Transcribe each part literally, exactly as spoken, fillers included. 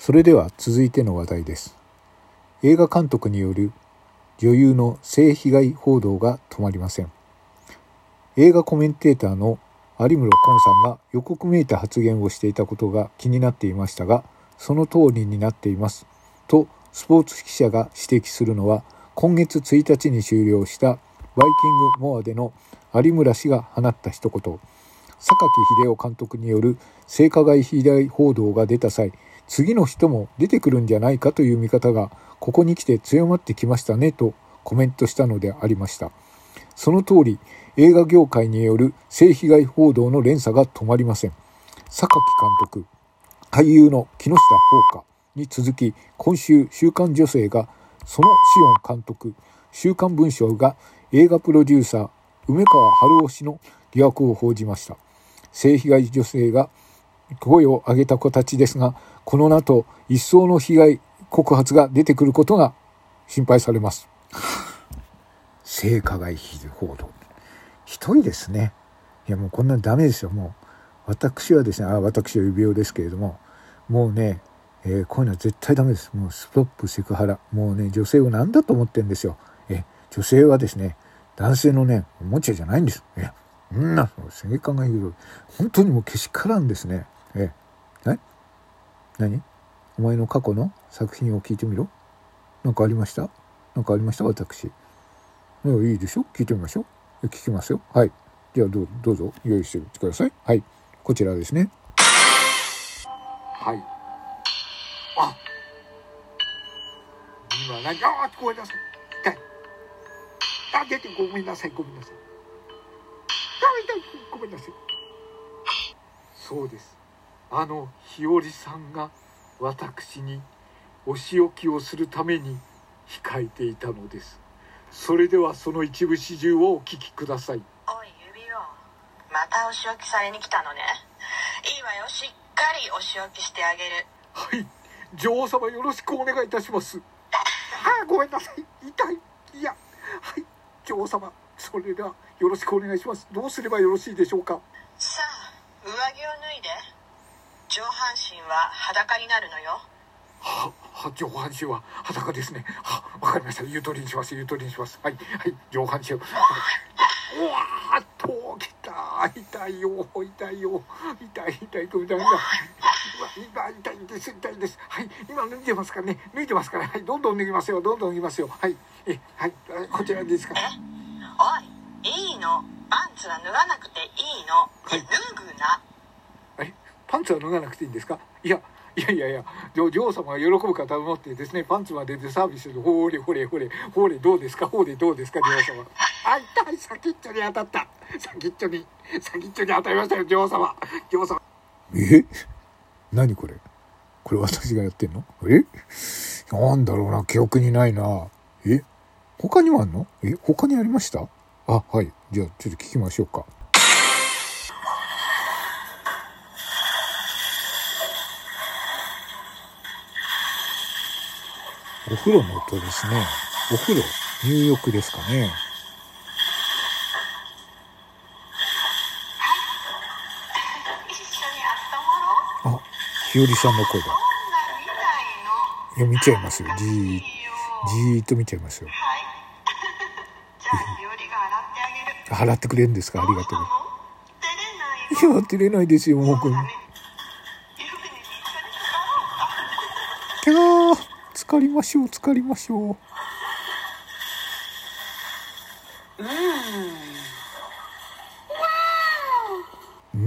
それでは続いての話題です。映画監督による女優の性被害報道が止まりません。映画コメンテーターの有村昆さんが予告めいた発言をしていたことが気になっていましたが、その通りになっていますとスポーツ記者が指摘するのは、今月ついたちに終了したバイキングモアでの有村氏が放った一言、榊英雄監督による性加害被害報道が出た際、次の人も出てくるんじゃないかという見方がここに来て強まってきましたねとコメントしたのでありました。その通り、映画業界による性被害報道の連鎖が止まりません。榊監督、俳優の木下ほうかに続き、今週週刊女性がそのシオン監督、週刊文春が映画プロデューサー梅川春夫氏の疑惑を報じました。性被害女性が声を上げた子たちですが、この後一層の被害告発が出てくることが心配されます。性加害報道、ひどいですね。いやもうこんなのダメですよ。もう私はですね、あ私は指輪ですけれども、もうね、えー、こういうのは絶対ダメです。もうストップセクハラ。もうね、女性を何だと思ってるんですよ。え女性はですね、男性のねおもちゃじゃないんです。えみんな性加害報道、本当にもうけしからんですね。ええ何お前の過去の作品を聞いてみろ。なんかありました？なんかありました？私。いいでしょ？聞いてみましょう。聞きますよ。はい。ではどう、どうぞ用意してください。はい。こちらですね。はい。あ、今何？あ、ごめんなさい。痛い。あ、出てごめんなさい。ごめんなさい。あ、痛い。ごめんなさい。そうです。あの日和さんが私にお仕置きをするために控えていたのです。それではその一部始終をお聞きください。 おい指輪、またお仕置きされに来たのね。いいわよ、しっかりお仕置きしてあげる。 はい、女王様よろしくお願いいたします。あ、ごめんなさい、痛い。いや、はい、女王様、それではよろしくお願いします。どうすればよろしいでしょうか。 さあ、上着を脱いで。上半身は裸になるのよ。 はは上半身は裸ですね。はわかりました。言う通りにします。言う通りにします。はいはい、上半身を。うわーっときた。痛いよ痛いよ痛い痛い痛い痛い痛い痛いです痛いです。はい、今脱いでますからね。脱いでますから。はい、どんどん脱ぎますよ。どんどん脱ぎますよ。はいえはい、こちらですか。 え、おい、いいの。パンツは脱がなくていいの。はい、脱ぐな。 え、パンツは脱がなくていいんですか。いやいやいやいや、女王様が喜ぶかと思ってですね、パンツまででサービスで、ほーれほれほれほれ、どうですか、ほれどうですか、女王様。あ、痛い、先っちょに当たった。先っちょに先っちょに当たりましたよ、女王様。女王様。え、何これ。これ私がやってんの。え、なんだろうな、記憶にないな。え、他にもあんの。え、他にありました。あ、はい、じゃあちょっと聞きましょうか。お風呂の音ですね。お風呂、入浴ですかね。あ、日和さんの声だ。いや、見ちゃいますよ。じー、じーっと見ちゃいますよ。洗ってくれるんですか。ありがとう。いや、照れないですよ、もうこれ。キャー、浸かりましょう、浸かりましょう。うん、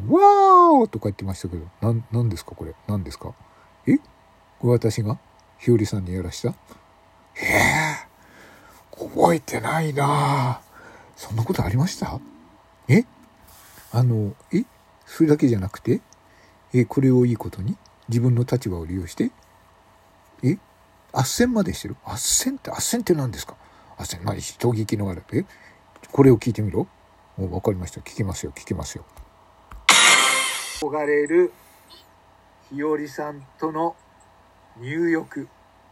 わーとか言ってましたけど、なん、なんですかこれ、なんですか。え、これ私が日和さんにやらした。へえ、覚えてないな。そんなことありました。え、あの、え、それだけじゃなくて、え、これをいいことに自分の立場を利用して、え、斡旋までしてる。斡旋って斡旋って何ですか。斡旋、まあ、人聞きのある。え、これを聞いてみろ。もう分かりました。聞きますよ聞きますよ。憧れる日和さんとの入浴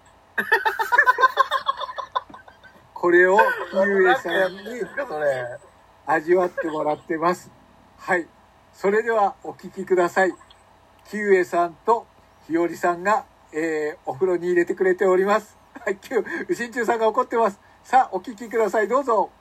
これを日上さんに味わってもらってます。はい、それではお聞きください。日上さんと日和さんが、えー、お風呂に入れてくれております。はい、うしんちゅうさんが怒ってます。さあ、お聞きください。どうぞ。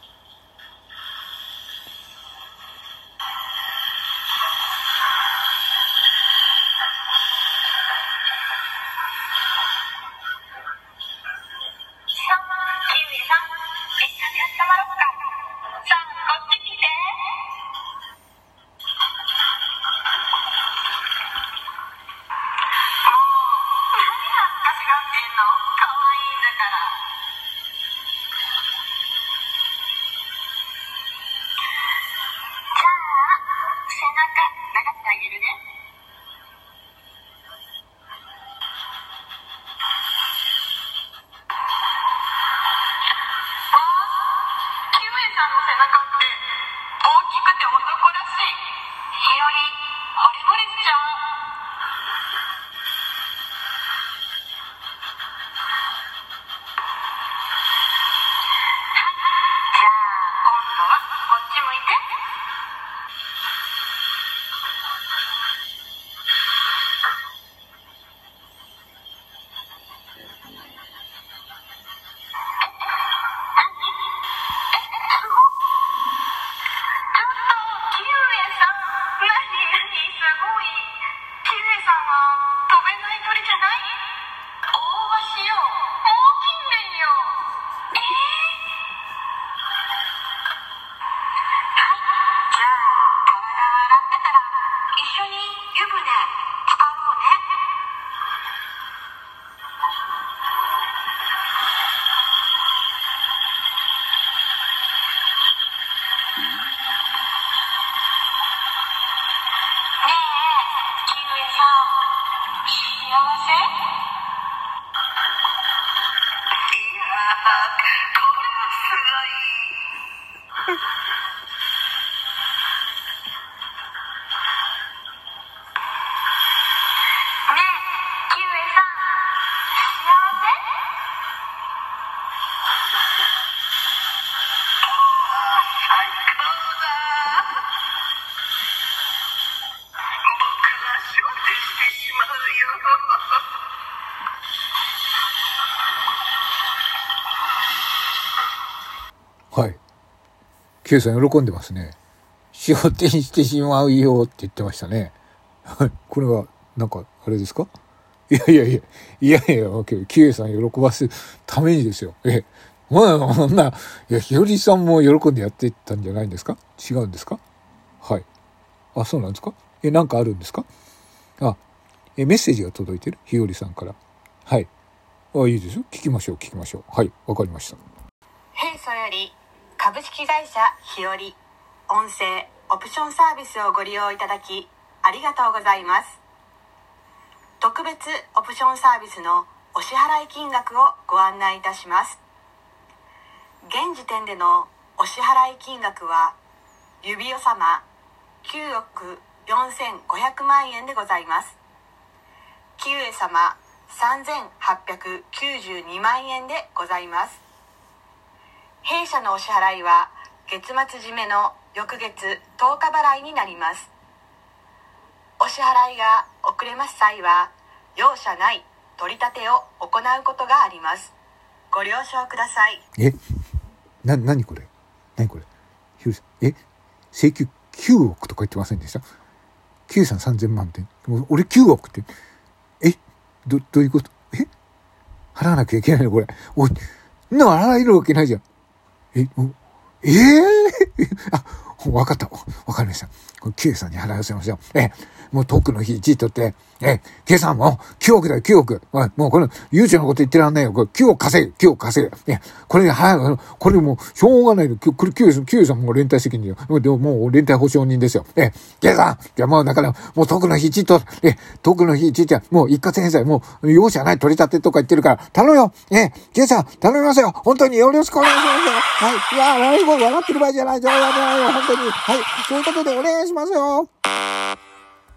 はい。Q さん喜んでますね。昇天してしまうよって言ってましたね。はい。これは、なんか、あれですか？いやいやいや、いやいや、Q さん喜ばすためにですよ。え、まあ、そんな、いや、ひよりさんも喜んでやってたんじゃないんですか？違うんですか？はい。あ、そうなんですか？え、なんかあるんですか？あ、え、メッセージが届いてる？ひよりさんから。はい。あ、いいですよ。聞きましょう、聞きましょう。はい、わかりました。 平素より、株式会社ひより音声オプションサービスをご利用いただきありがとうございます。特別オプションサービスのお支払い金額をご案内いたします。現時点でのお支払い金額は指代様きゅうおくよんせんごひゃくまんえんでございます。きゅうえ様さんぜんはっぴゃくきゅうじゅうにまんえんでございます。弊社のお支払いは月末締めの翌月とおか払いになります。お支払いが遅れます際は容赦ない取り立てを行うことがあります。ご了承ください。 え、な、なにこれなにこれえ、請求きゅうおくとか言ってませんでした？ Q さんさんぜんまんって。俺きゅうおくって。え、ど、どういうこと？え払わなきゃいけないのこれ。おい、そんなの払えるわけないじゃん。え、おええー、あ、わかった。わかりました。これ Q さんに払わせましょう。え、もうトークの日いちい取って、え、Q さんもきゅうおくだよ、きゅうおく。もうこの、ゆうちゃんのこと言ってらんないよ。これきゅうおく稼ぐ、きゅうおく稼ぐ。いや、これで払う、これもう、しょうがないの。これ Q さん、さんも連帯責任よ。でももう連帯保証人ですよ。え、Q さん、じゃもうだから、もうトークの日いちい取る。え、トークの日いちいちはもう一括返済、もう容赦ない取り立てとか言ってるから、頼むよ。え、Q さん、頼みますよ。本当によろしくお願いしますよ。はい。いや、笑い声笑ってる場合じゃない。冗談じゃないよ。本当に。はい。そういうことでお願いしますよ。